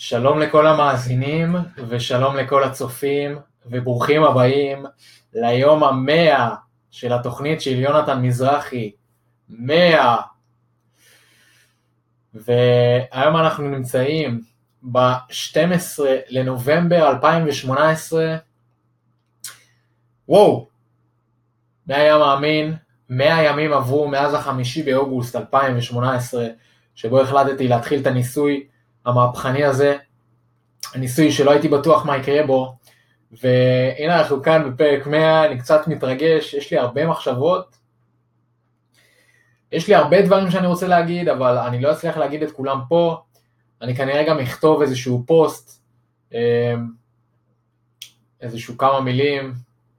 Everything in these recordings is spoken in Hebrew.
שלום לכל המאזינים ושלום לכל הצופים וברוכים הבאים ליום 100 של התוכנית של יונתן מזרחי. 100. והיום אנחנו נמצאים ב-12 לנובמבר 2018. וואו, 100 היה מאמין, 100 ימים עברו מאז ה5 באוגוסט 2018, שבו החלטתי להתחיל את הניסוי המהפכני הזה, הניסוי שלא הייתי בטוח מה יקרה בו, והנה אנחנו כאן בפרק 100, אני קצת מתרגש, יש לי הרבה מחשבות, יש לי הרבה דברים שאני רוצה להגיד, אבל אני לא אצליח להגיד את כולם פה, אני כנראה גם אכתוב איזשהו פוסט, איזשהו כמה מילים,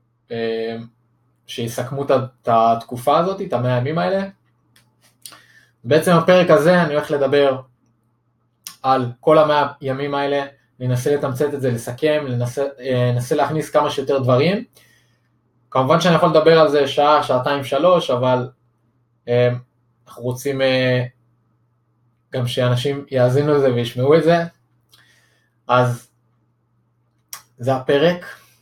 שיסכמו את התקופה הזאת, את 100 ימים האלה. בעצם בפרק הזה אני הולך לדבר על כל 100 ימים האלה, ננסה לתמצת את זה, לסכם, ננסה להכניס כמה שיותר דברים. כמובן שאני יכול לדבר על זה שעה, שעתיים, 3, אבל אנחנו רוצים גם שאנשים יאזינו לזה וישמעו את זה. אז זה הפרק.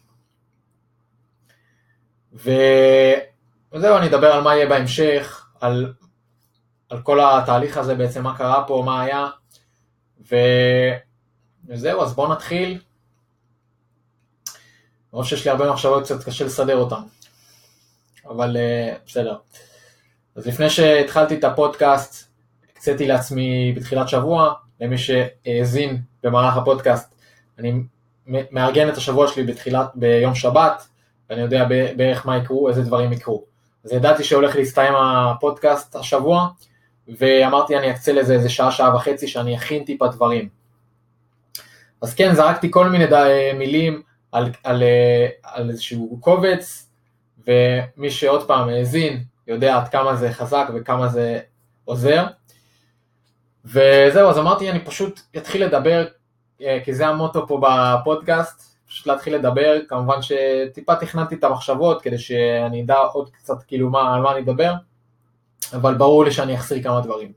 וזהו, אני אדבר על מה יהיה בהמשך, על כל התהליך הזה בעצם, מה קרה פה, מה היה, וזהו, אז בואו נתחיל. אני חושב שיש לי הרבה מחשבות, קצת קשה לסדר אותם, אבל בסדר. אז לפני שהתחלתי את הפודקאסט, הקציתי לעצמי בתחילת שבוע, למי שהאזין במהלך הפודקאסט, אני מארגן את השבוע שלי ביום שבת, ואני יודע בערך מה יקרו, איזה דברים יקרו. אז ידעתי שהולך להסתיים הפודקאסט השבוע, ואמרתי אני אקצה לזה איזה שעה, שעה וחצי, שאני אכין טיפה דברים. אז כן, זרקתי כל מיני מילים על איזשהו קובץ, ומי שעוד פעם האזין, יודע עד כמה זה חזק וכמה זה עוזר. וזהו, אז אמרתי אני פשוט אתחיל לדבר, כי זה המוטו פה בפודקאסט, פשוט להתחיל לדבר, כמובן שטיפה תכננתי את המחשבות, כדי שאני אדע עוד קצת כאילו על מה אני אדבר, אבל ברור לי שאני אחסיר כמה דברים.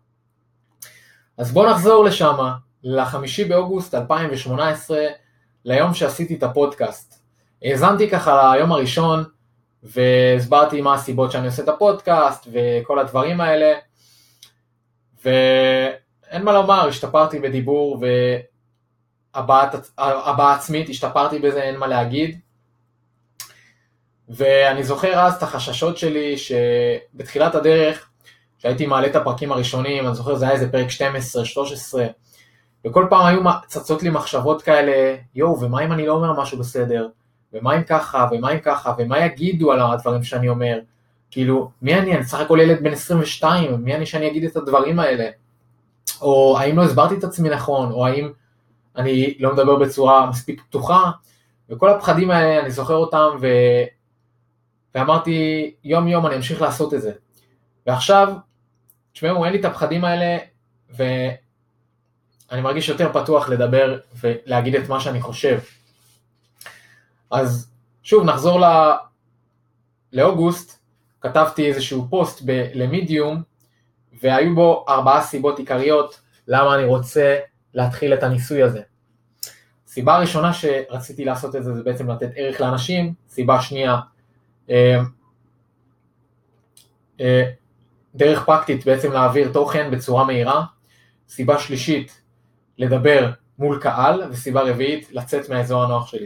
אז בואו נחזור לשם, ל5 באוגוסט 2018, ליום שעשיתי את הפודקאסט. האזנתי ככה ליום הראשון, והסברתי מה הסיבות שאני עושה את הפודקאסט, וכל הדברים האלה, ואין מה לומר, השתפרתי בדיבור, הבעה עצמית, השתפרתי בזה, אין מה להגיד. ואני זוכר אז את החששות שלי, שבתחילת הדרך, שהייתי מעלה את הפרקים הראשונים, אני זוכר זה היה איזה פרק 12, 13, וכל פעם היו צצות לי מחשבות כאלה, ומה אם אני לא אומר משהו בסדר, ומה אם ככה, ומה אם ככה, ומה יגידו על הדברים שאני אומר, כאילו, מי אני צריך הכל ילד בן 22, מי אני שאני אגיד את הדברים האלה, או האם לא הסברתי את עצמי נכון, או האם אני לא מדבר בצורה מספיק פתוחה, וכל הפחדים האלה אני זוכר אותם, ואמרתי יום יום אני אמשיך לעשות את זה, ועכשיו, תשמעו, אין לי את הפחדים האלה, ואני מרגיש יותר פתוח לדבר ולהגיד את מה שאני חושב. אז שוב נחזור לאוגוסט, כתבתי איזשהו פוסט למדיום, והיו בו 4 סיבות עיקריות למה אני רוצה להתחיל את הניסוי הזה. סיבה הראשונה שרציתי לעשות את זה, זה בעצם לתת ערך לאנשים. סיבה שנייה, דרך פרקטית בעצם להעביר תוכן בצורה מהירה. סיבה שלישית, לדבר מול קהל, וסיבה רביעית, לצאת מהאזור הנוח שלי.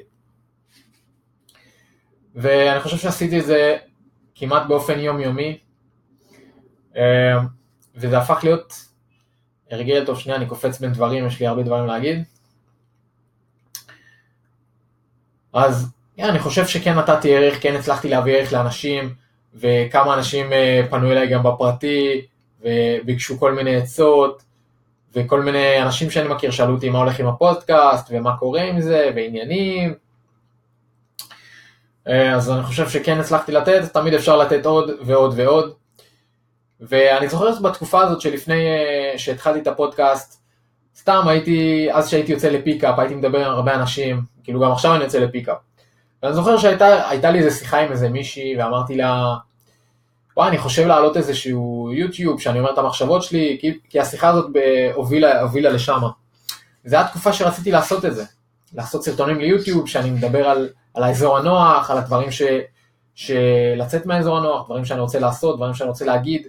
ואני חושב שעשיתי את זה כמעט באופן יומיומי, וזה הפך להיות הרגל. טוב, שנייה, אני קופץ בין דברים, יש לי הרבה דברים להגיד. אז אני חושב שכן נתתי ערך, כן הצלחתי להביא ערך לאנשים, וכמה אנשים פנו אליי גם בפרטי, וביקשו כל מיני עצות, וכל מיני אנשים שאני מכיר שאלו אותי מה הולך עם הפודקאסט, ומה קורה עם זה, ועניינים. אז אני חושב שכן הצלחתי לתת, תמיד אפשר לתת עוד ועוד ועוד. ואני זוכר בתקופה הזאת שלפני שהתחלתי את הפודקאסט, סתם אז שהייתי יוצא לפיקאפ, הייתי מדבר עם הרבה אנשים, כאילו גם עכשיו אני יוצא לפיקאפ. ואני זוכר שהייתה לי איזה שיחה עם איזה מישהי, ואמרתי לה, אני חושב להעלות איזשהו יוטיוב, שאני אומר את המחשבות שלי, כי השיחה הזאת הובילה לשם. זה התקופה שרציתי לעשות את זה, לעשות סרטונים ליוטיוב, שאני מדבר על האזור הנוח, על הדברים לצאת מהאזור הנוח, דברים שאני רוצה לעשות, דברים שאני רוצה להגיד,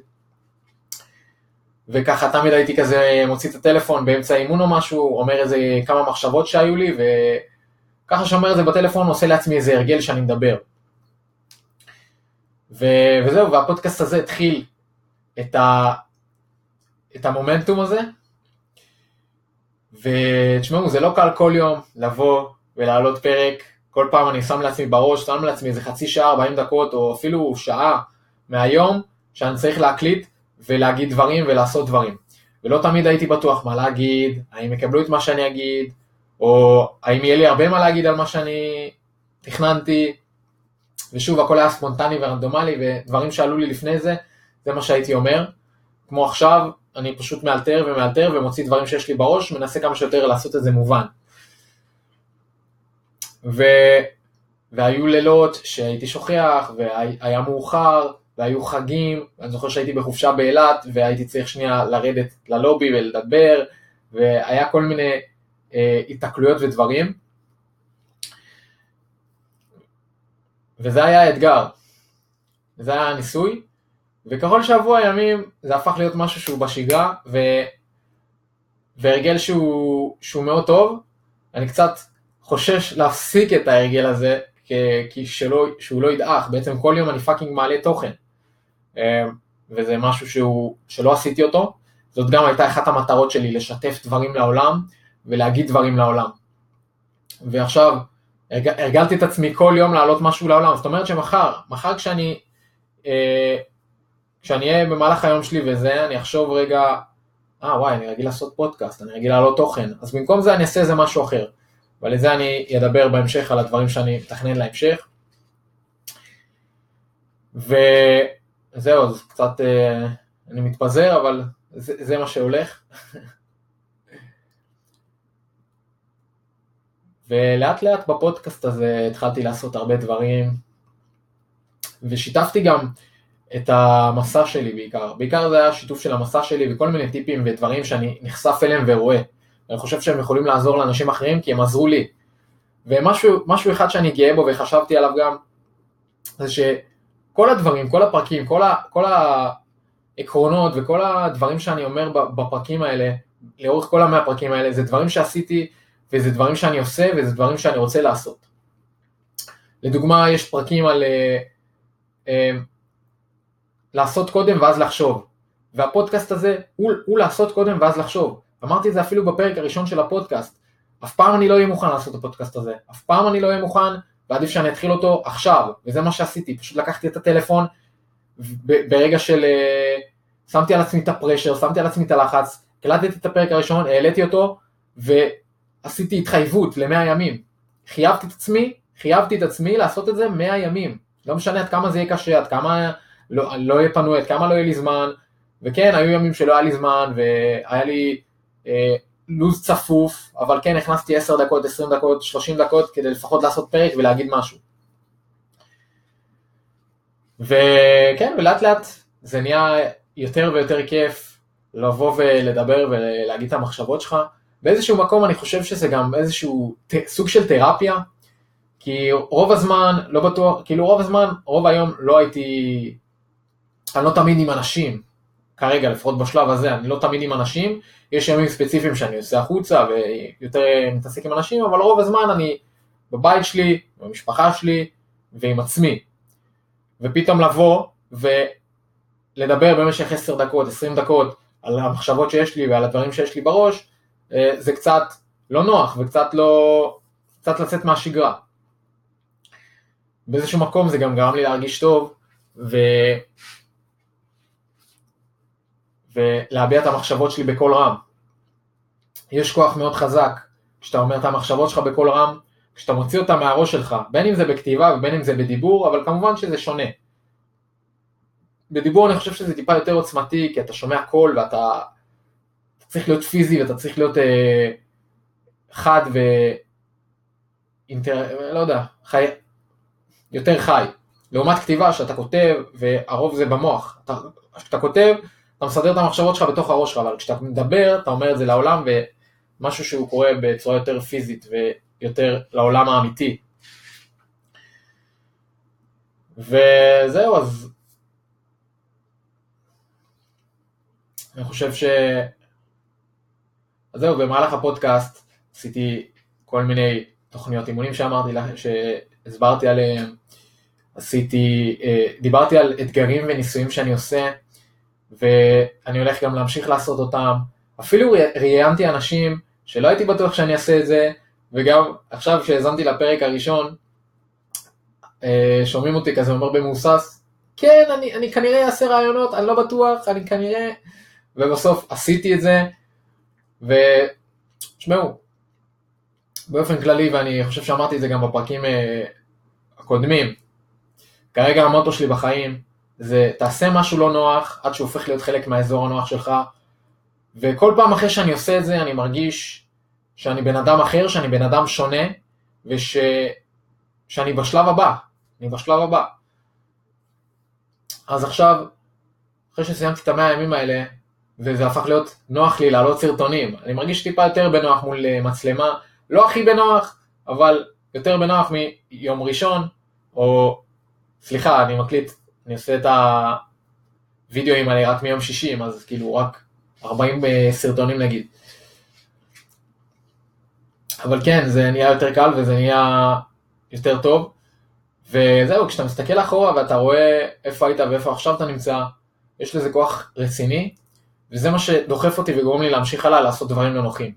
וככה תמיד הייתי כזה מוציא את הטלפון באמצע אימון או משהו, אומר איזה כמה מחשבות שהיו לי, וככה שאומר את זה בטלפון, עושה לעצמי איזה הרגל שאני מדבר. וזהו, והפודקאסט הזה התחיל את המומנטום הזה, ותשמעו, זה לא קל כל יום לבוא ולהעלות פרק, כל פעם אני שם לעצמי בראש, שם לעצמי איזה חצי שעה, 40 דקות, או אפילו שעה מהיום, שאני צריך להקליט ולהגיד דברים ולעשות דברים. ולא תמיד הייתי בטוח מה להגיד, האם יקבלו את מה שאני אגיד, או האם יהיה לי הרבה מה להגיד על מה שאני תכננתי, ושוב, הכל היה ספונטני ורנדומלי, ודברים שעלו לי לפני זה, זה מה שהייתי אומר. כמו עכשיו, אני פשוט מאלתר ומאלתר, ומוציא דברים שיש לי בראש, מנסה כמה שיותר לעשות את זה מובן. והיו לילות שהייתי שוכח, והיה מאוחר, והיו חגים, אני זוכר שהייתי בחופשה באילת, והייתי צריך שנייה לרדת ללובי ולדבר, והיה כל מיני התקלויות ודברים. וזה היה האתגר, וזה היה הניסוי, וככל שבוע ימים זה הפך להיות משהו שהוא בשגרה, והרגל שהוא מאוד טוב. אני קצת חושש להפסיק את ההרגל הזה, כי שהוא לא ידעך, בעצם כל יום אני פאקינג מעלה תוכן, וזה משהו שלא עשיתי אותו. זאת גם הייתה אחת המטרות שלי, לשתף דברים לעולם, ולהגיד דברים לעולם. ועכשיו, הרגלתי את עצמי כל יום להעלות משהו לעולם, זאת אומרת מחר כשאני אהיה במהלך היום שלי וזה, אני אחשוב רגע, וואי, אני רגיל לעשות פודקאסט, אני רגיל להעלות תוכן, אז במקום זה אני אעשה איזה משהו אחר, ולזה אני אדבר בהמשך על הדברים שאני מתכנן להמשך. וזהו, אז קצת אני מתפזר, אבל זה מה שהולך. ולאט לאט בפודקאסט הזה התחלתי לעשות הרבה דברים, ושיתפתי גם את המסע שלי בעיקר זה היה שיתוף של המסע שלי, וכל מיני טיפים ודברים שאני נחשף אליהם ורואה, ואני חושב שהם יכולים לעזור לאנשים אחרים, כי הם עזרו לי. ומשהו אחד שאני גאה בו וחשבתי עליו גם, זה שכל הדברים, כל הפרקים, כל העקרונות וכל הדברים שאני אומר בפרקים האלה, לאורך כל 100 הפרקים האלה, זה דברים שעשיתי, וזה דברים שאני עושה, וזה דברים שאני רוצה לעשות. לדוגמה, יש פרקים על לעשות קודם ואז לחשוב, והפודקאסט הזה הוא לעשות קודם ואז לחשוב. אמרתי את זה אפילו בפרק הראשון של הפודקאסט, אף פעם אני לא אהיה מוכן לעשות את הפודקאסט הזה, אף פעם אני לא אהיה מוכן, ועדיף שאני אתחיל אותו עכשיו, וזה מה שעשיתי, פשוט לקחתי את הטלפון, ברגע של שמתי על עצמי את הפרשר, שמתי על עצמי את הלחץ, קלטתי את הפרק הראשון, העליתי אותו, ועשיתי התחייבות ל100 ימים, חייבתי את עצמי לעשות את זה 100 ימים, לא משנה עד כמה זה יהיה קשה, עד כמה לא יהיה פנוי, עד כמה לא יהיה לי זמן, וכן, היו ימים שלא היה לי זמן, והיה לי לוז צפוף, אבל כן, הכנסתי 10 דקות, 20 דקות, 30 דקות, כדי לפחות לעשות פרק ולהגיד משהו. וכן, ולאט לאט זה נהיה יותר ויותר כיף, לבוא ולדבר ולהגיד את המחשבות שלך, באיזשהו מקום אני חושב שזה גם איזשהו סוג של תרפיה, כי רוב הזמן, לא בטוח, כאילו רוב היום לא הייתי, אני לא תמיד עם אנשים, כרגע לפחות בשלב הזה, אני לא תמיד עם אנשים, יש ימים ספציפיים שאני עושה החוצה ויותר מתעסק עם אנשים, אבל רוב הזמן אני בבית שלי, במשפחה שלי ועם עצמי, ופתאום לבוא ולדבר במשך 10 דקות, 20 דקות על המחשבות שיש לי ועל הדברים שיש לי בראש, זה קצת לא נוח וקצת קצת לצאת מהשגרה. באיזשהו מקום זה גם גרם לי להרגיש טוב ולהביע את המחשבות שלי בקול רם. יש כוח מאוד חזק כשאתה אומר את המחשבות שלך בקול רם, כשאתה מוציא אותה מהראש שלך, בין אם זה בכתיבה ובין אם זה בדיבור, אבל כמובן שזה שונה. בדיבור אני חושב שזה טיפה יותר עוצמתי, כי אתה שומע קול ואתה צריך להיות פיזי ואתה צריך להיות חד לא יודע, יותר חי. לעומת כתיבה שאתה כותב והרוב זה במוח. כשאתה כותב, אתה מסדר את המחשבות שלך בתוך הראש שלך, אבל כשאתה מדבר, אתה אומר את זה לעולם משהו שהוא קורה בצורה יותר פיזית ויותר לעולם האמיתי. וזהו, אז אני חושב אז זהו, במהלך הפודקאסט עשיתי כל מיני תוכניות אימונים שאמרתי לך, שהסברתי עליהם, דיברתי על אתגרים וניסויים שאני עושה, ואני הולך גם להמשיך לעשות אותם. אפילו ראיינתי אנשים שלא הייתי בטוח שאני אעשה את זה, וגם עכשיו שהאזנתי לפרק הראשון, שומעים אותי כזה אומר במוסס, כן, אני כנראה אעשה רעיונות, אני לא בטוח, אני כנראה, ובסוף עשיתי את זה, ושמעו, באופן כללי, ואני חושב שאמרתי את זה גם בפרקים הקודמים, כרגע המוטו שלי בחיים, זה תעשה משהו לא נוח, עד שהוא הופך להיות חלק מהאזור הנוח שלך, וכל פעם אחרי שאני עושה את זה, אני מרגיש שאני בן אדם אחר, שאני בן אדם שונה, שאני בשלב הבא, אז עכשיו, אחרי שסיימתי את 100 הימים האלה, וזה הפך להיות נוח לי לעלות סרטונים, אני מרגיש טיפה יותר בנוח מול מצלמה, לא הכי בנוח, אבל יותר בנוח מיום ראשון, או, סליחה, אני מקליט, אני עושה את הוידאוים האלה רק מיום 60, אז כאילו רק 40 סרטונים נגיד. אבל כן, זה נהיה יותר קל וזה נהיה יותר טוב, וזהו, כשאתה מסתכל אחורה ואתה רואה איפה היית ואיפה עכשיו אתה נמצא, יש לזה כוח רציני, וזה מה שדוחף אותי וגורם לי להמשיך הלאה לעשות דברים לא נוחים.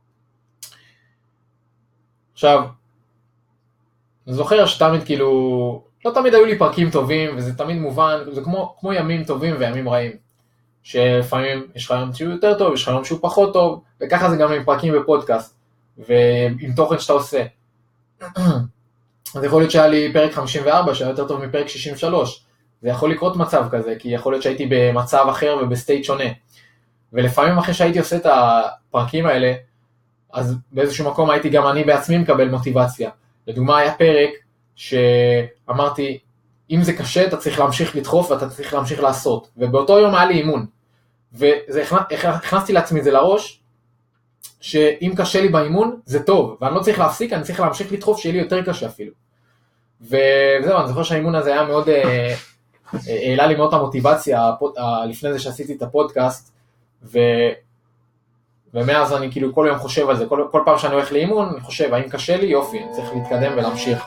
עכשיו, אני זוכר שתמיד כאילו, לא תמיד היו לי פרקים טובים, וזה תמיד מובן, זה כמו ימים טובים וימים רעים, שלפעמים יש לך יום שהוא יותר טוב, יש לך יום שהוא פחות טוב, וככה זה גם עם פרקים בפודקאסט, ועם תוכן שאתה עושה. אז יכול להיות שהיה לי פרק 54 שהיה יותר טוב מפרק 63, זה יכול לקרות מצב כזה, כי יכול להיות שהייתי במצב אחר ובסטייט שונה, ולפעמים אחרי שהייתי עושה את הפרקים האלה, אז באיזשהו מקום הייתי גם אני בעצמי מקבל מוטיבציה. לדוגמה היה פרק שאמרתי, אם זה קשה אתה צריך להמשיך לדחוף ואתה צריך להמשיך לעשות, ובאותו יום היה לי אימון, והכנסתי לעצמי זה לראש, שאם קשה לי באימון זה טוב, ואני לא צריך להפסיק, אני צריך להמשיך לדחוף שיהיה לי יותר קשה אפילו. וזהו, אני זוכר שהאימון הזה היה מאוד, העלה לי מאוד המוטיבציה לפני זה שעשיתי את הפודקאסט, ומאז אני כאילו כל יום חושב על זה, כל פעם שאני הולך לאימון, אני חושב, האם קשה לי? יופי, אני צריך להתקדם ולהמשיך.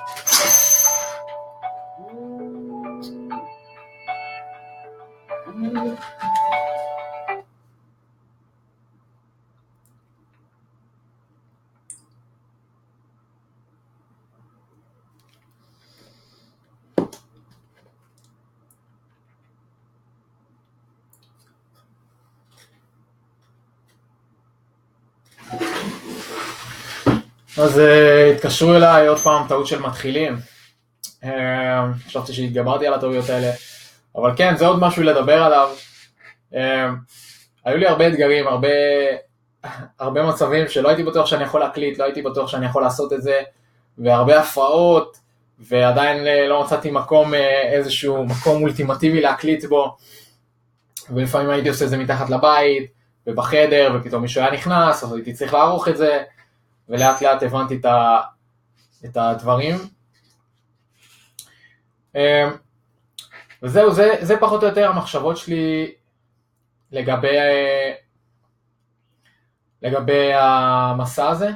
אז התקשרו אליי עוד פעם, טעות של מתחילים. חשבתי שהתגברתי על הטעויות האלה, אבל כן, זה עוד משהו לדבר עליו. היו לי הרבה אתגרים, הרבה מצבים שלא הייתי בטוח שאני יכול להקליט, לא הייתי בטוח שאני יכול לעשות את זה, והרבה הפרעות, ועדיין לא מצאתי איזשהו מקום אולטימטיבי להקליט בו, ולפעמים הייתי עושה את זה מתחת לבית, ובחדר, ופתאום מישהו היה נכנס, אז הייתי צריך לערוך את זה, ולאט לאט הבנתי את הדברים. וזהו, זה פחות או יותר המחשבות שלי לגבי המסע הזה.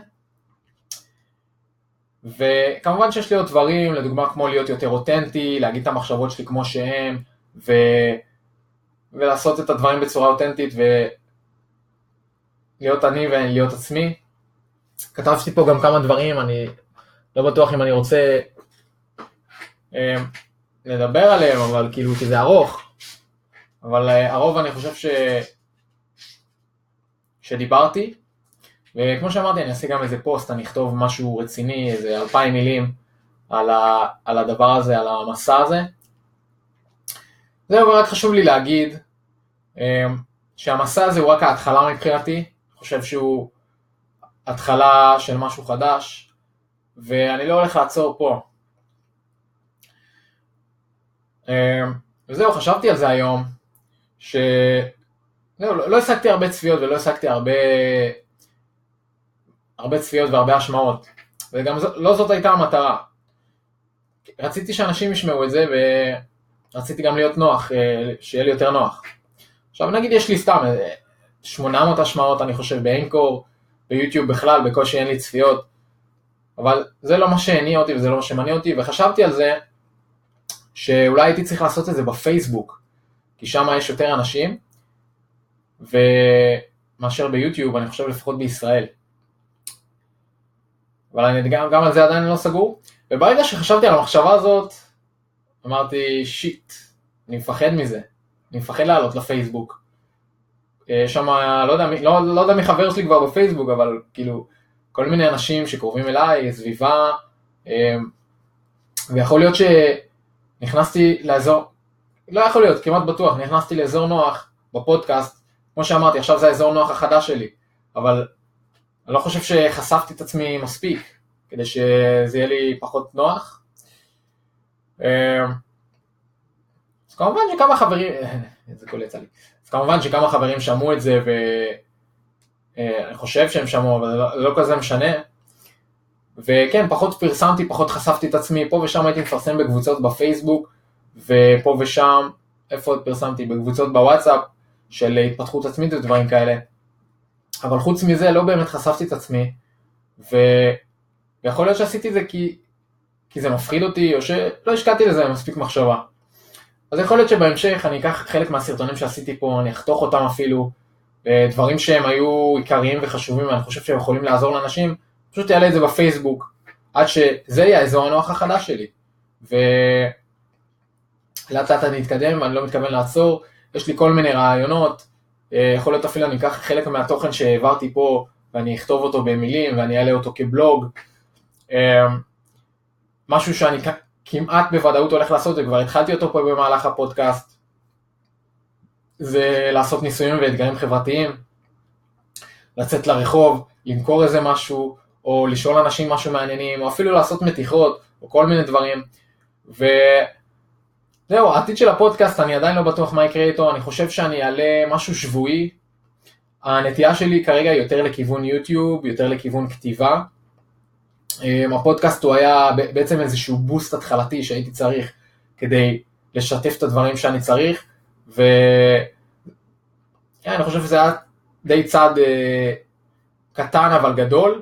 וכמובן שיש לי עוד דברים, לדוגמה כמו להיות יותר אותנטי, להגיד את המחשבות שלי כמו שהם, ולעשות את הדברים בצורה אותנטית, ולהיות אני ולהיות עצמי. כתבתי פה גם כמה דברים, אני לא בטוח אם אני רוצה לדבר עליהם, אבל כאילו כי זה ארוך, אבל הרוב אני חושב שדיברתי, וכמו שאמרתי אני אעשה גם איזה פוסט, אני אכתוב משהו רציני, איזה 2,000 מילים על הדבר הזה, על המסע הזה. זהו, רק חשוב לי להגיד שהמסע הזה הוא רק ההתחלה מבחינתי, אני חושב שהוא התחלה של משהו חדש, ואני לא הולך לעצור פה. וזהו, חשבתי על זה היום, לא השגתי הרבה צפיות ולא השגתי הרבה הרבה צפיות והרבה השמעות, וגם לא זאת הייתה המטרה. רציתי שאנשים ישמעו את זה, ורציתי גם להיות נוח, שיהיה לי יותר נוח. עכשיו נגיד יש לי סתם 800 השמעות אני חושב באנקור, ביוטיוב בכלל, בקושי אין לי צפיות, אבל זה לא מה שהניע אותי וזה לא מה שמניע אותי, וחשבתי על זה שאולי הייתי צריך לעשות את זה בפייסבוק, כי שם יש יותר אנשים, ומאשר ביוטיוב, אני חושב לפחות בישראל. אבל גם על זה עדיין לא סגור, וברגע שחשבתי על המחשבה הזאת, אמרתי שיט, אני מפחד מזה, אני מפחד לעלות לפייסבוק. שם, לא יודע מי חבר שלי כבר בפייסבוק, אבל כאילו, כל מיני אנשים שקרובים אליי, סביבה, ויכול להיות שנכנסתי לאזור, לא יכול להיות, כמעט בטוח, נכנסתי לאזור נוח בפודקאסט, כמו שאמרתי, עכשיו זה האזור נוח החדש שלי, אבל אני לא חושב שחשפתי את עצמי מספיק, כדי שזה יהיה לי פחות נוח. אז כמובן שכמה חברים, זה כל יצא לי, אז כמובן שכמה חברים שמעו את זה, ואני חושב שהם שמעו, אבל זה לא כזה משנה, וכן, פחות פרסמתי, פחות חשפתי את עצמי, פה ושם הייתי מפרסם בקבוצות בפייסבוק, ופה ושם, איפה עוד פרסמתי? בקבוצות בוואטסאפ, של התפתחות עצמית ודברים כאלה, אבל חוץ מזה לא באמת חשפתי את עצמי, ויכול להיות שעשיתי את זה כי זה מפחיד אותי, או שלא השקעתי לזה מספיק מחשבה. אז יכול להיות שבהמשך אני אקח חלק מהסרטונים שעשיתי פה, אני אחתוך אותם אפילו, דברים שהם היו עיקריים וחשובים, ואני חושב שהם יכולים לעזור לאנשים, פשוט יעלה את זה בפייסבוק, עד שזה יהיה האזור הנוח החדש שלי. לאט לאט אני אתקדם, אני לא מתכוון לעצור, יש לי כל מיני רעיונות, יכול להיות אפילו אני אקח חלק מהתוכן שהעברתי פה, ואני אכתוב אותו במילים, ואני אעלה אותו כבלוג, משהו שאני כמעט בוודאות הולך לעשות, וכבר התחלתי אותו פה במהלך הפודקאסט, זה לעשות ניסויים ואתגרים חברתיים, לצאת לרחוב, למכור איזה משהו, או לשאול אנשים משהו מעניינים, או אפילו לעשות מתיחות, או כל מיני דברים, זהו, העתיד של הפודקאסט, אני עדיין לא בטוח מה יקרה איתו, אני חושב שאני אעלה משהו שבועי, הנטייה שלי כרגע יותר לכיוון יוטיוב, יותר לכיוון כתיבה, הפודקאסט הוא היה בעצם איזשהו בוסט התחלתי שהייתי צריך כדי לשתף את הדברים שאני צריך, ואני חושב שזה היה די צעד קטן אבל גדול,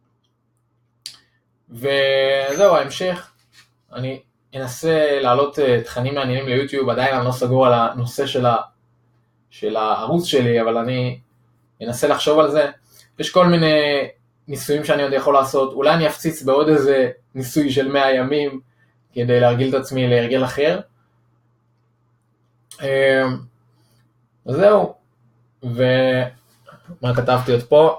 וזהו ההמשך, אני אנסה להעלות תכנים מעניינים ליוטיוב, עדיין אני לא סגור על הנושא של הערוץ שלי, אבל אני אנסה לחשוב על זה, יש כל מיני ניסויים שאני עוד יכול לעשות, אולי אני אפציץ בעוד איזה ניסוי של 100 ימים, כדי להרגיל את עצמי להרגל אחר. וזהו, ומה כתבתי עוד פה?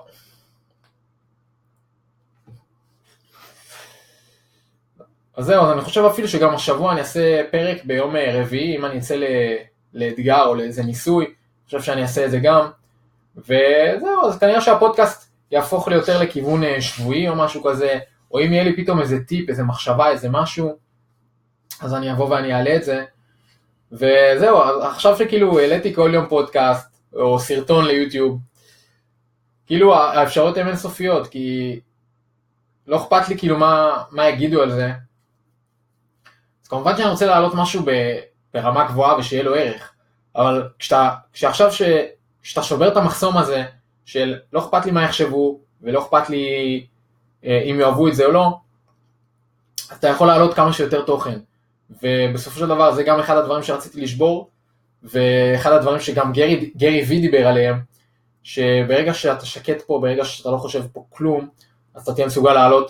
אז זהו, אז אני חושב אפילו שגם השבוע אני אעשה פרק ביום רביעי, אם אני אצא לאתגר או לאיזה ניסוי, אני חושב שאני אעשה את זה גם, וזהו, אז כנראה שהפודקאסט יהפוך לי יותר לכיוון שבועי או משהו כזה, או אם יהיה לי פתאום איזה טיפ, איזה מחשבה, איזה משהו, אז אני אבוא ואני אעלה את זה, וזהו, עכשיו שכאילו העליתי כל יום פודקאסט, או סרטון ליוטיוב, כאילו האפשרויות הן אינסופיות, כי לא אכפת לי כאילו מה יגידו על זה, אז כמובן שאני רוצה להעלות משהו ברמה גבוהה ושיהיה לו ערך, אבל כשעכשיו שאתה שובר את המחסום הזה, של לא אכפת לי מה יחשבו, ולא אכפת לי אם יאהבו את זה או לא, אתה יכול להעלות כמה שיותר תוכן, ובסופו של דבר זה גם אחד הדברים שרציתי לשבור, ואחד הדברים שגם גרי וי דיבר עליהם, שברגע שאתה שקט פה, ברגע שאתה לא חושב פה כלום, אז אתה תהיה מסוגל להעלות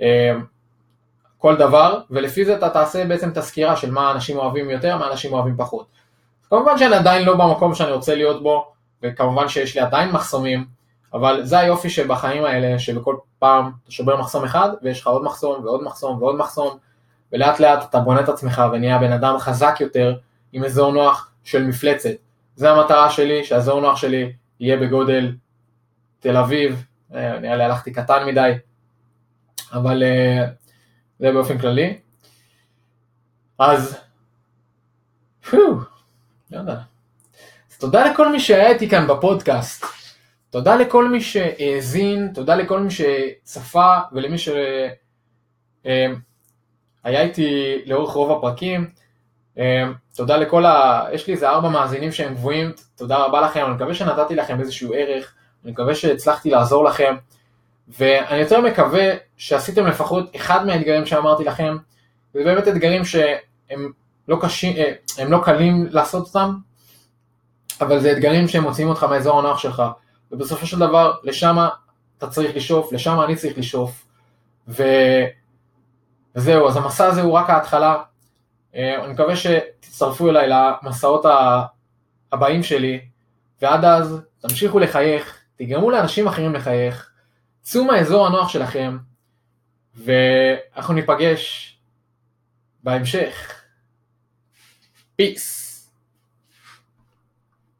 כל דבר, ולפי זה אתה תעשה בעצם את הסקירה של מה אנשים אוהבים יותר, מה אנשים אוהבים פחות. כמובן שאני עדיין לא במקום שאני רוצה להיות בו, וכמובן שיש לי עדיין מחסומים, אבל זה היופי שבחיים האלה, שבכל פעם אתה שובר מחסום אחד, ויש לך עוד מחסום ועוד מחסום ועוד מחסום, ולאט לאט אתה בונה את עצמך ונהיה בן אדם חזק יותר, עם אזור נוח של מפלצת. זה המטרה שלי, שהאזור נוח שלי יהיה בגודל תל אביב, נראה לי הלכתי קטן מדי, אבל זה באופן כללי. אז, לא יודע. אז תודה לכל מי שהיה איתי כאן בפודקאסט. תודה לכל מי שהאזין, תודה לכל מי שצפה ולמי שהיה איתי לאורך רוב הפרקים. תודה יש לי איזה 4 מאזינים שהם גבוהים, תודה רבה לכם, אני מקווה שנתתי לכם איזשהו ערך, אני מקווה שהצלחתי לעזור לכם, ואני יותר מקווה שעשיתם לפחות אחד מהאתגרים שאמרתי לכם, זה באמת אתגרים שהם לא קלים לעשות אותם, אבל זה אתגרים שהם מוציאים אותך מאזור הנוח שלך, ובסופו של דבר לשם אתה צריך לשאוף, לשם אני צריך לשאוף, וזהו, אז המסע הזה הוא רק ההתחלה. אני מקווה שתצטרפו אליי למסעות הבאים שלי, ועד אז תמשיכו לחייך, תגרמו לאנשים אחרים לחייך, צאו מהאזור הנוח שלכם, ואנחנו ניפגש בהמשך. פיס.